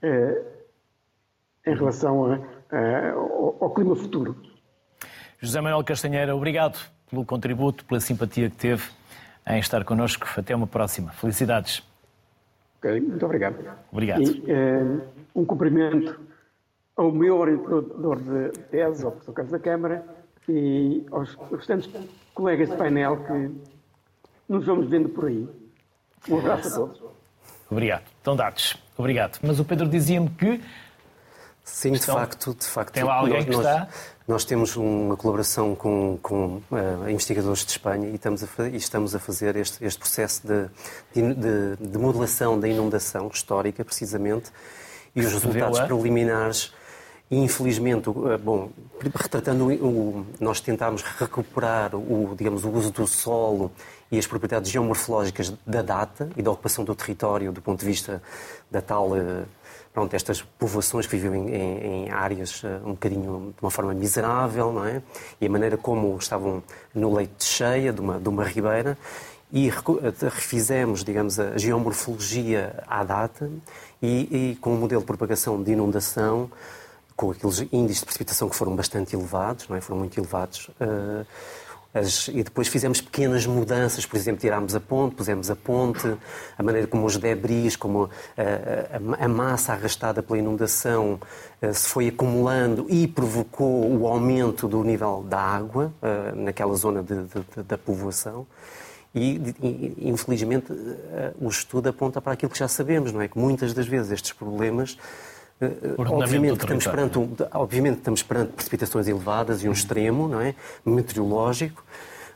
em relação ao clima futuro. José Manuel Castanheira, obrigado pelo contributo, pela simpatia que teve em estar connosco. Até uma próxima. Felicidades. Ok, muito obrigado. Obrigado. E um cumprimento ao meu orientador de tese, ao professor Carlos da Câmara, e aos restantes colegas de painel que nos vamos vendo por aí. Um abraço a todos. Obrigado. Estão dados. Obrigado. Mas o Pedro dizia-me que... Sim, de facto. Tem lá alguém que está... Nós temos uma colaboração com investigadores de Espanha e estamos a fazer este processo de modelação da inundação histórica, precisamente, e os resultados preliminares, infelizmente, retratando nós tentámos recuperar o uso do solo e as propriedades geomorfológicas da data e da ocupação do território do ponto de vista da tal... estas povoações que vivem em áreas um bocadinho de uma forma miserável, não é? E a maneira como estavam no leito de cheia de uma ribeira, e refizemos, digamos, a geomorfologia à data e com um modelo de propagação de inundação, com aqueles índices de precipitação que foram bastante elevados, não é? Foram muito elevados. E depois fizemos pequenas mudanças, por exemplo, tirámos a ponte, pusemos a ponte, a maneira como os debris, como a massa arrastada pela inundação se foi acumulando e provocou o aumento do nível da água naquela zona da povoação. E, infelizmente, o estudo aponta para aquilo que já sabemos, não é? Que muitas das vezes estes problemas... Obviamente estamos perante precipitações elevadas e um extremo, não é? Meteorológico,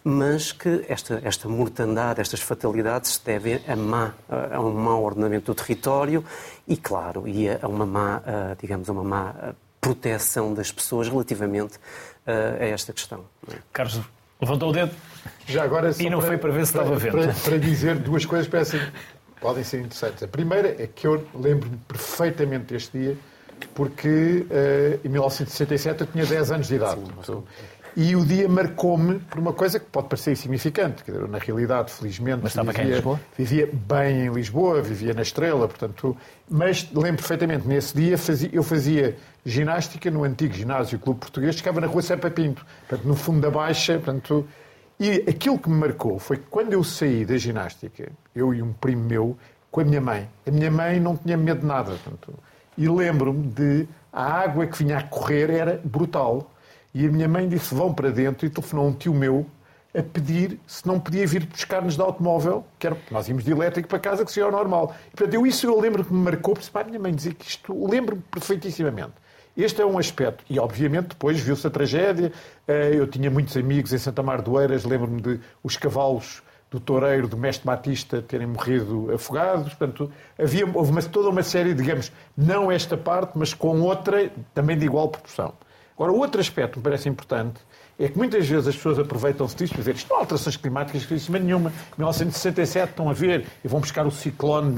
mas que esta mortandade, estas fatalidades se devem a um mau ordenamento do território e, claro, a uma má, digamos, uma má proteção das pessoas relativamente a esta questão. Carlos levantou o dedo Já agora, e não foi para ver se estava vento. Para dizer duas coisas que podem ser interessantes. A primeira é que eu lembro-me perfeitamente deste dia, porque em 1967 eu tinha 10 anos de idade. E o dia marcou-me por uma coisa que pode parecer insignificante. Quer dizer, na realidade, felizmente, mas estava cá em Lisboa? Vivia bem em Lisboa, vivia na Estrela, portanto... Mas lembro perfeitamente, nesse dia eu fazia ginástica no antigo ginásio Clube Português, que ficava na rua Sepa Pinto, portanto, no fundo da Baixa, portanto... E aquilo que me marcou foi que quando eu saí da ginástica, eu e um primo meu, com a minha mãe não tinha medo de nada, portanto... E lembro-me de a água que vinha a correr era brutal. E a minha mãe disse, vão para dentro, e telefonou um tio meu a pedir se não podia vir buscar-nos de automóvel, que era, nós íamos de elétrico para casa, que seria o normal. E, portanto, eu lembro que me marcou, porque a minha mãe dizia que isto, lembro-me perfeitissimamente. Este é um aspecto. E, obviamente, depois viu-se a tragédia. Eu tinha muitos amigos em Santa Mar do Eiras, lembro-me de os cavalos do toureiro, do mestre Batista, terem morrido afogados. Portanto, houve toda uma série, digamos, não esta parte, mas com outra, também de igual proporção. Agora, o outro aspecto que me parece importante é que muitas vezes as pessoas aproveitam-se disto para dizer isto não há alterações climáticas, que isso nenhuma. Em 1967 estão a ver e vão buscar o ciclone de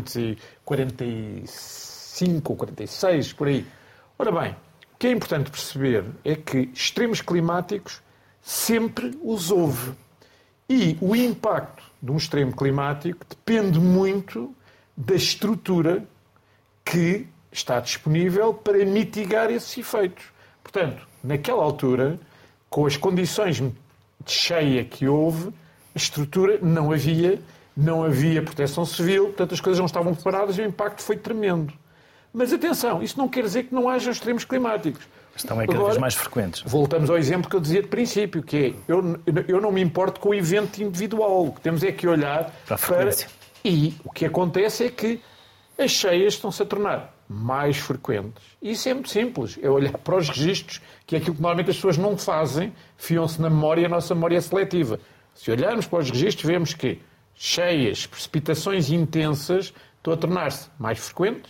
1945 ou 46, por aí. Ora bem, o que é importante perceber é que extremos climáticos sempre os houve. E o impacto de um extremo climático depende muito da estrutura que está disponível para mitigar esses efeitos. Portanto, naquela altura, com as condições de cheia que houve, a estrutura não havia proteção civil, portanto as coisas não estavam preparadas e o impacto foi tremendo. Mas atenção, isso não quer dizer que não haja extremos climáticos. Estão cada vez mais frequentes. Voltamos ao exemplo que eu dizia de princípio, que é, eu não me importo com o evento individual. O que temos é que olhar para a frequência. E o que acontece é que as cheias estão-se a tornar mais frequentes. E isso é muito simples. É olhar para os registros, que é aquilo que normalmente as pessoas não fazem, fiam-se na memória, a nossa memória é seletiva. Se olharmos para os registros, vemos que cheias, precipitações intensas estão a tornar-se mais frequentes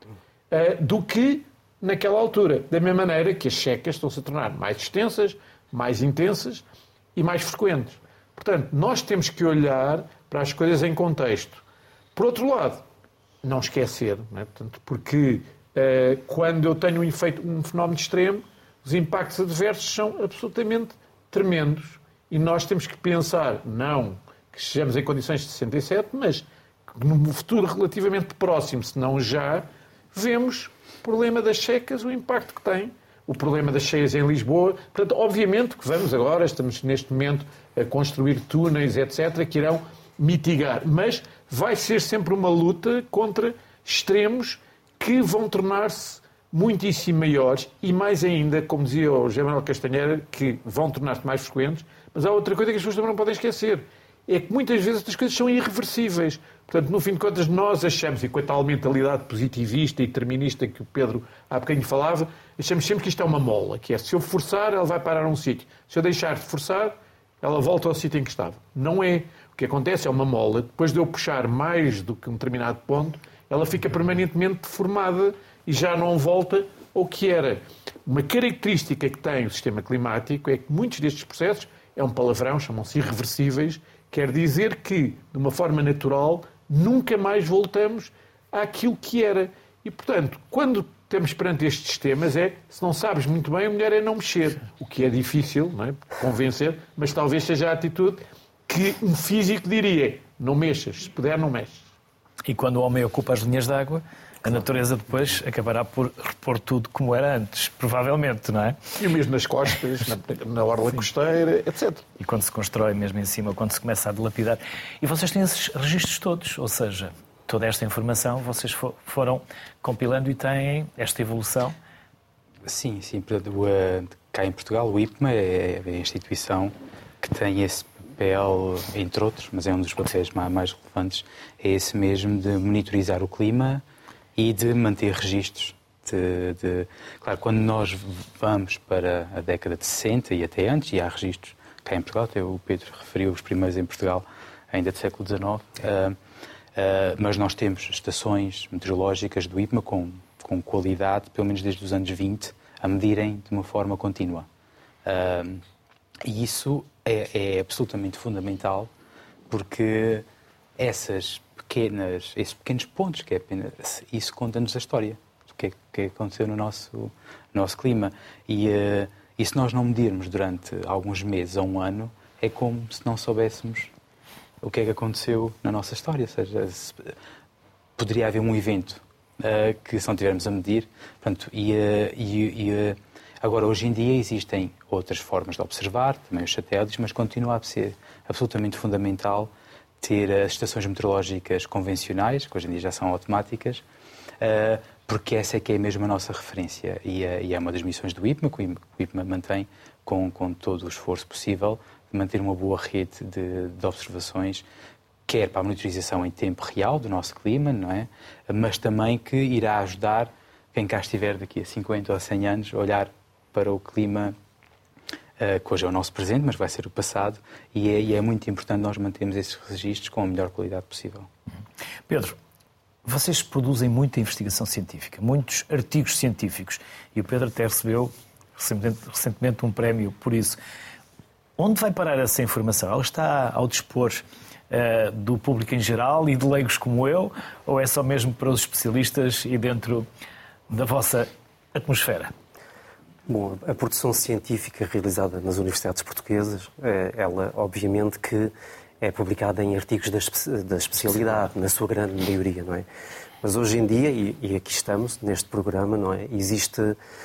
do que naquela altura. Da mesma maneira que as secas estão-se a tornar mais extensas, mais intensas e mais frequentes. Portanto, nós temos que olhar para as coisas em contexto. Por outro lado, não esquecer, não é? Portanto, porque quando eu tenho um fenómeno extremo, os impactos adversos são absolutamente tremendos. E nós temos que pensar, não que estejamos em condições de 67, mas que num futuro relativamente próximo, se não já, vemos o problema das secas, o impacto que tem, o problema das cheias em Lisboa. Portanto, obviamente que estamos neste momento a construir túneis, etc., que irão mitigar. Mas vai ser sempre uma luta contra extremos que vão tornar-se muitíssimo maiores e, mais ainda, como dizia o José Manuel Castanheira, que vão tornar-se mais frequentes. Mas há outra coisa que as pessoas também não podem esquecer. É que muitas vezes estas coisas são irreversíveis. Portanto, no fim de contas, nós achamos, e com a tal mentalidade positivista e determinista que o Pedro há bocadinho falava, achamos sempre que isto é uma mola, que é, se eu forçar, ela vai parar a um sítio. Se eu deixar de forçar, ela volta ao sítio em que estava. Não é. O que acontece é uma mola. Depois de eu puxar mais do que um determinado ponto, ela fica permanentemente deformada e já não volta ao que era. Uma característica que tem o sistema climático é que muitos destes processos, é um palavrão, chamam-se irreversíveis, quer dizer que, de uma forma natural, nunca mais voltamos àquilo que era. E, portanto, quando temos perante estes sistemas, se não sabes muito bem, o melhor é não mexer. O que é difícil, não é? Convencer, mas talvez seja a atitude que um físico diria: não mexas, se puder, não mexes. E quando o homem ocupa as linhas de água, a natureza depois acabará por repor tudo como era antes, provavelmente, não é? E o mesmo nas costas, na orla costeira, etc. E quando se constrói mesmo em cima, quando se começa a dilapidar. E vocês têm esses registros todos, ou seja, toda esta informação vocês foram compilando e têm esta evolução? Sim. Cá em Portugal, o IPMA é a instituição que tem esse papel, entre outros, mas é um dos papéis mais relevantes, é esse mesmo de monitorizar o clima e de manter registros. Claro, quando nós vamos para a década de 60 e até antes, e há registros cá em Portugal, até o Pedro referiu os primeiros em Portugal, ainda do século XIX, mas nós temos estações meteorológicas do IPMA com qualidade, pelo menos desde os anos 20, a medirem de uma forma contínua. E isso é absolutamente fundamental, porque esses pequenos pontos, que é apenas isso, conta-nos a história do que aconteceu no nosso clima. E se nós não medirmos durante alguns meses ou um ano, é como se não soubéssemos o que é que aconteceu na nossa história. Ou seja, poderia haver um evento que se não tivermos a medir. Portanto, agora, hoje em dia, existem outras formas de observar, também os satélites, mas continua a ser absolutamente fundamental ter as estações meteorológicas convencionais, que hoje em dia já são automáticas, porque essa é que é mesmo a nossa referência. E é uma das missões do IPMA, que o IPMA mantém com todo o esforço possível, de manter uma boa rede de observações, quer para a monitorização em tempo real do nosso clima, não é? Mas também que irá ajudar quem cá estiver daqui a 50 ou 100 anos a olhar para o clima que hoje é o nosso presente, mas vai ser o passado, e é muito importante nós mantermos esses registros com a melhor qualidade possível. Pedro, vocês produzem muita investigação científica, muitos artigos científicos, e o Pedro até recebeu recentemente um prémio por isso. Onde vai parar essa informação? Ela está ao dispor do público em geral e de leigos como eu, ou é só mesmo para os especialistas e dentro da vossa atmosfera? Bom, a produção científica realizada nas universidades portuguesas, ela obviamente que é publicada em artigos da especialidade, na sua grande maioria, não é? Mas hoje em dia, e aqui estamos, neste programa, não é? Existe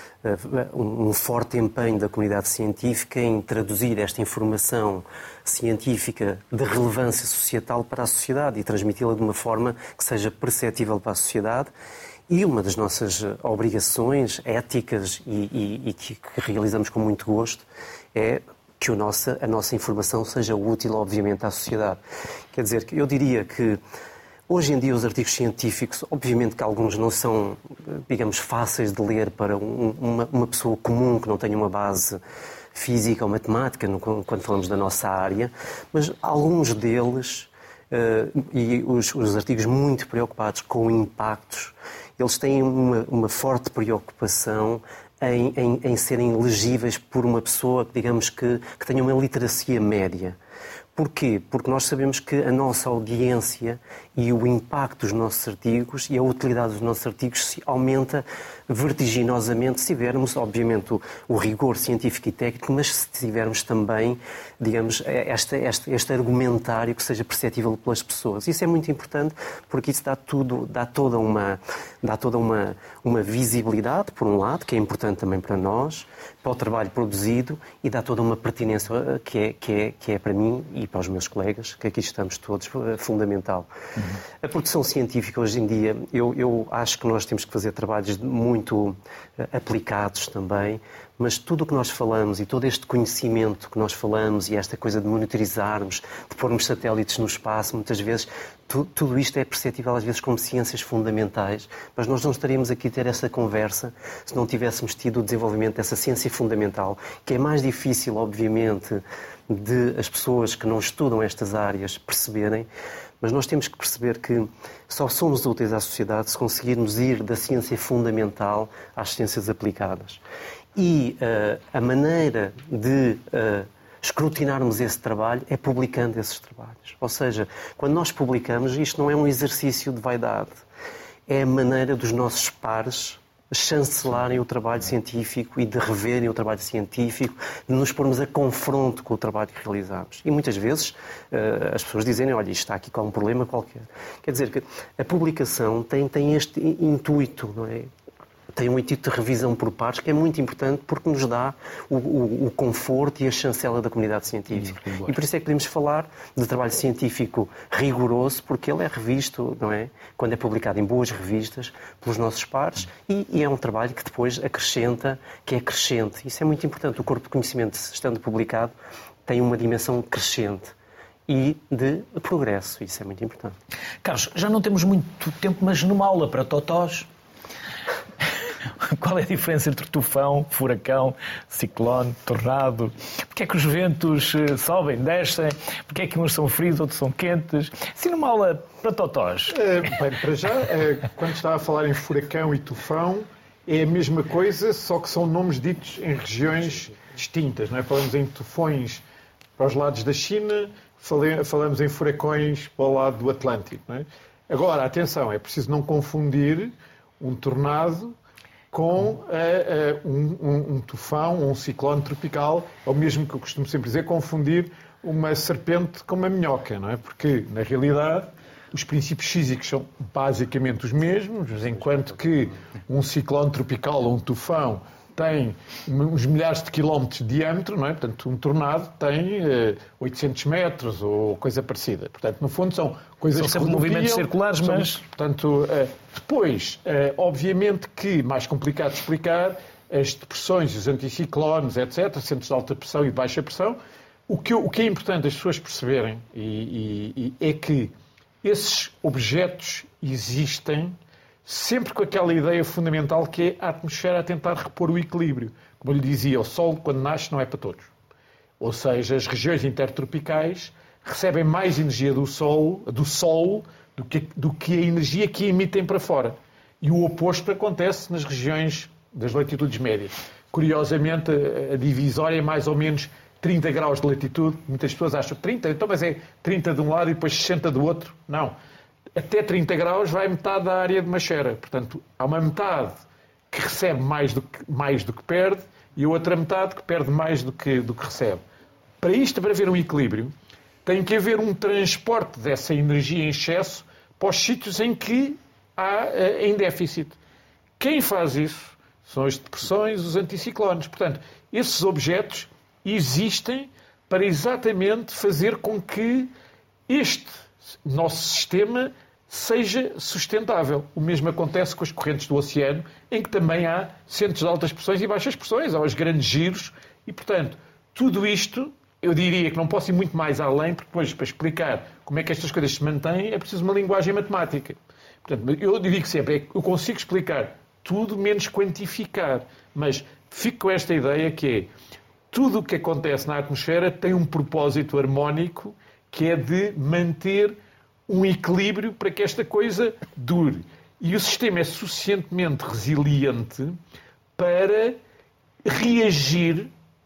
um forte empenho da comunidade científica em traduzir esta informação científica de relevância societal para a sociedade e transmiti-la de uma forma que seja perceptível para a sociedade. E uma das nossas obrigações éticas e que realizamos com muito gosto é que a nossa informação seja útil, obviamente, à sociedade. Quer dizer, eu diria que hoje em dia os artigos científicos, obviamente que alguns não são, digamos, fáceis de ler para uma pessoa comum que não tenha uma base física ou matemática, quando falamos da nossa área, mas alguns deles, e os artigos muito preocupados com impactos, eles têm uma forte preocupação em serem legíveis por uma pessoa, digamos, que tenha uma literacia média. Porquê? Porque nós sabemos que a nossa audiência e o impacto dos nossos artigos e a utilidade dos nossos artigos se aumenta vertiginosamente se tivermos, obviamente, o rigor científico e técnico, mas se tivermos também, digamos, este argumentário que seja perceptível pelas pessoas. Isso é muito importante porque isso dá toda uma visibilidade, por um lado, que é importante também para nós, para o trabalho produzido, e dá toda uma pertinência que é para mim e para os meus colegas, que aqui estamos todos, fundamental. A produção científica hoje em dia, eu acho que nós temos que fazer trabalhos muito aplicados também, mas tudo o que nós falamos e todo este conhecimento que nós falamos e esta coisa de monitorizarmos, de pormos satélites no espaço, muitas vezes, tudo isto é perceptível às vezes como ciências fundamentais, mas nós não estaríamos aqui a ter essa conversa se não tivéssemos tido o desenvolvimento dessa ciência fundamental, que é mais difícil, obviamente, de as pessoas que não estudam estas áreas perceberem, mas nós temos que perceber que só somos úteis à sociedade se conseguirmos ir da ciência fundamental às ciências aplicadas. E a maneira de escrutinarmos esse trabalho é publicando esses trabalhos. Ou seja, quando nós publicamos, isto não é um exercício de vaidade. É a maneira dos nossos pares chancelarem o trabalho científico e de reverem o trabalho científico, de nos pormos a confronto com o trabalho que realizamos. E muitas vezes as pessoas dizem, olha, isto está aqui com um problema qualquer. Quer dizer que a publicação tem este intuito, não é? Tem um intuito de revisão por pares que é muito importante porque nos dá o conforto e a chancela da comunidade científica. E por isso é que podemos falar de trabalho científico rigoroso, porque ele é revisto, não é? Quando é publicado em boas revistas pelos nossos pares, e é um trabalho que depois acrescenta, que é crescente. Isso é muito importante. O corpo de conhecimento, estando publicado, tem uma dimensão crescente e de progresso. Isso é muito importante. Carlos, já não temos muito tempo, mas numa aula para totós, qual é a diferença entre tufão, furacão, ciclone, tornado? Porque é que os ventos sobem, descem? Porque é que uns são frios, outros são quentes? Assim numa aula para totós. Bem, para já, quando estava a falar em furacão e tufão, é a mesma coisa, só que são nomes ditos em regiões distintas. Não é? Falamos em tufões para os lados da China, falamos em furacões para o lado do Atlântico. Não é? Agora, atenção, é preciso não confundir um tornado com um tufão ou um ciclone tropical. É o mesmo que eu costumo sempre dizer, confundir uma serpente com uma minhoca, não é? Porque, na realidade, os princípios físicos são basicamente os mesmos, enquanto que um ciclone tropical ou um tufão tem uns milhares de quilómetros de diâmetro, não é? Portanto, um tornado tem 800 metros ou coisa parecida. Portanto, no fundo, são coisas que sempre movimentos circulares, mas... Portanto, depois, obviamente que, mais complicado de explicar, as depressões, os anticiclones, etc., centros de alta pressão e de baixa pressão, o que é importante as pessoas perceberem é que esses objetos existem sempre com aquela ideia fundamental que é a atmosfera a tentar repor o equilíbrio. Como eu lhe dizia, o Sol, quando nasce, não é para todos. Ou seja, as regiões intertropicais recebem mais energia do Sol do que a energia que emitem para fora. E o oposto acontece nas regiões das latitudes médias. Curiosamente, a divisória é mais ou menos 30 graus de latitude. Muitas pessoas acham 30, então, mas é 30 de um lado e depois 60 do outro. Não. Até 30 graus vai metade da área de uma esfera. Portanto, há uma metade que recebe mais do que perde e a outra metade que perde mais do que recebe. Para isto, para haver um equilíbrio, tem que haver um transporte dessa energia em excesso para os sítios em que há em déficit. Quem faz isso são as depressões, os anticiclones. Portanto, esses objetos existem para exatamente fazer com que este nosso sistema seja sustentável. O mesmo acontece com as correntes do oceano, em que também há centros de altas pressões e baixas pressões, há os grandes giros, e, portanto, tudo isto, eu diria que não posso ir muito mais além, porque depois, para explicar como é que estas coisas se mantêm, é preciso uma linguagem matemática. Portanto, eu digo sempre, eu consigo explicar tudo menos quantificar, mas fico com esta ideia que é, tudo o que acontece na atmosfera tem um propósito harmónico, que é de manter um equilíbrio para que esta coisa dure. E o sistema é suficientemente resiliente para reagir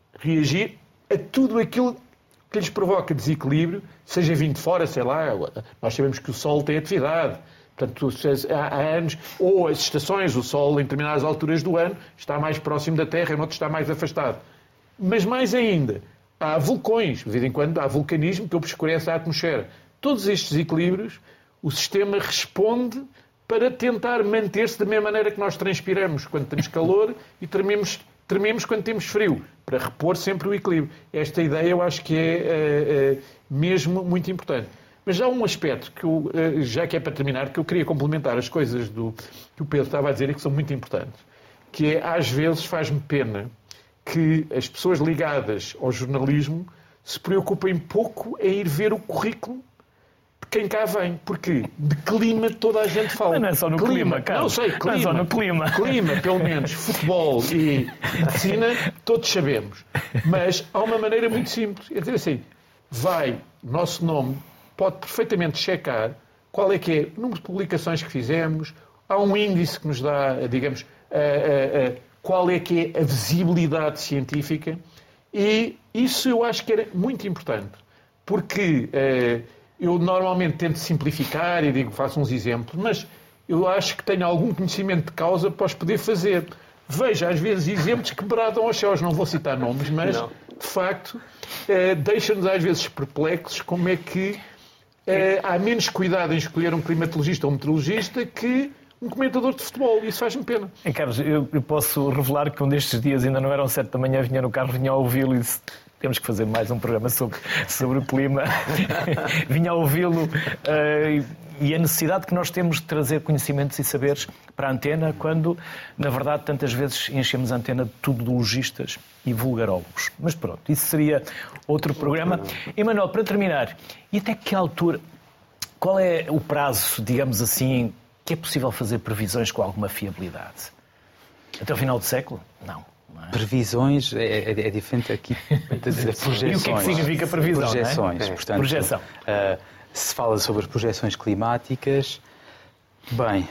a tudo aquilo que lhes provoca desequilíbrio, seja vindo de fora, sei lá, nós sabemos que o Sol tem atividade, portanto, há anos, ou as estações, o Sol em determinadas alturas do ano está mais próximo da Terra, em outros está mais afastado. Mas mais ainda, há vulcões, de vez em quando há vulcanismo que obscurece a atmosfera. Todos estes equilíbrios, o sistema responde para tentar manter-se da mesma maneira que nós transpiramos quando temos calor e trememos quando temos frio, para repor sempre o equilíbrio. Esta ideia eu acho que é mesmo muito importante. Mas há um aspecto, que já que é para terminar, que eu queria complementar as coisas que o Pedro estava a dizer e que são muito importantes, que é, às vezes, faz-me pena que as pessoas ligadas ao jornalismo se preocupem pouco em ir ver o currículo de quem cá vem. Porque de clima toda a gente fala. Mas não é só no clima, Carlos. Não sei, clima. Não é só no clima. Clima, pelo menos, futebol e medicina, todos sabemos. Mas há uma maneira muito simples. É dizer assim, nosso nome pode perfeitamente checar qual é que é o número de publicações que fizemos, há um índice que nos dá, digamos, qual é que é a visibilidade científica, e isso eu acho que era muito importante, porque eu normalmente tento simplificar e faccio uns exemplos, mas eu acho que tenho algum conhecimento de causa para os poder fazer. Veja, às vezes, exemplos que bradam aos céus, não vou citar nomes, mas, de facto, deixa-nos às vezes perplexos como é que há menos cuidado em escolher um climatologista ou um meteorologista que um comentador de futebol. Isso faz-me pena. Carlos, eu posso revelar que um destes dias, ainda não eram 7 da manhã, vinha no carro, vinha a ouvi-lo e disse: temos que fazer mais um programa sobre o clima. Vinha a ouvi-lo e a necessidade que nós temos de trazer conhecimentos e saberes para a antena, quando, na verdade, tantas vezes enchemos a antena de tudo de logistas e vulgarólogos. Mas pronto, isso seria outro programa. Emanuel, para terminar, e até que altura, qual é o prazo, digamos assim, que é possível fazer previsões com alguma fiabilidade? Até o final do século? Não. Previsões é diferente aqui de projeções. E o que é que significa previsão? Projeções. Não é? Portanto, projeção. Se fala sobre as projeções climáticas, bem,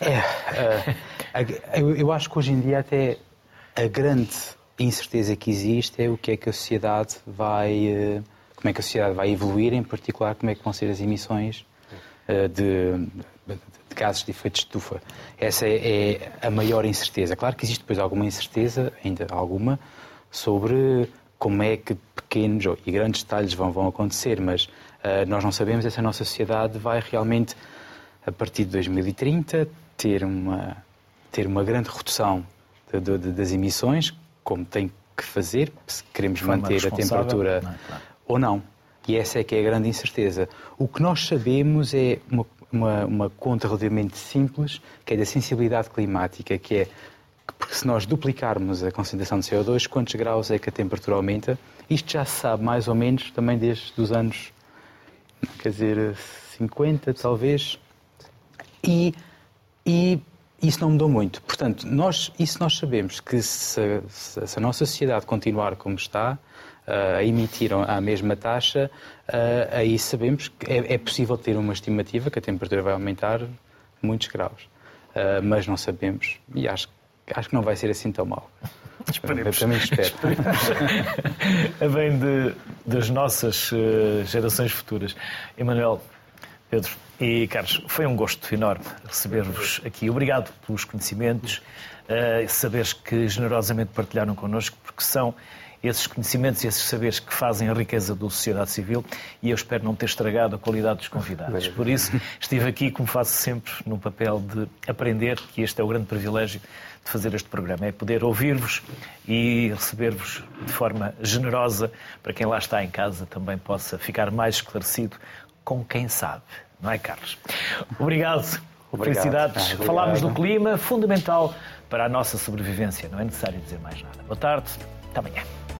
eu acho que hoje em dia até a grande incerteza que existe é o que é que a sociedade vai, como é que a sociedade vai evoluir, em particular como é que vão ser as emissões de gases de efeito de estufa. Essa é a maior incerteza. Claro que existe depois alguma incerteza, ainda alguma, sobre como é que pequenos e grandes detalhes vão acontecer, mas nós não sabemos se a nossa sociedade vai realmente, a partir de 2030, ter uma grande redução das emissões, como tem que fazer, se queremos manter a temperatura ou não. E essa é que é a grande incerteza. O que nós sabemos é uma conta relativamente simples, que é da sensibilidade climática, que é porque se nós duplicarmos a concentração de CO2, quantos graus é que a temperatura aumenta? Isto já se sabe mais ou menos também desde os anos, 50 talvez, e isso não mudou muito. Portanto, nós sabemos que se a nossa sociedade continuar como está, a emitir à mesma taxa, aí sabemos que é possível ter uma estimativa que a temperatura vai aumentar muitos graus. Mas não sabemos e acho que não vai ser assim tão mal. Esperemos. Eu também espero. A bem das nossas gerações futuras. Emanuel, Pedro e Carlos, foi um gosto enorme receber-vos aqui. Obrigado pelos conhecimentos, saberes que generosamente partilharam connosco, porque são esses conhecimentos e esses saberes que fazem a riqueza da sociedade civil, e eu espero não ter estragado a qualidade dos convidados. Por isso, estive aqui, como faço sempre, no papel de aprender, que este é o grande privilégio de fazer este programa, é poder ouvir-vos e receber-vos de forma generosa, para quem lá está em casa também possa ficar mais esclarecido com quem sabe. Não é, Carlos? Obrigado. Felicidades. Falámos do clima, fundamental para a nossa sobrevivência. Não é necessário dizer mais nada. Boa tarde. Até amanhã.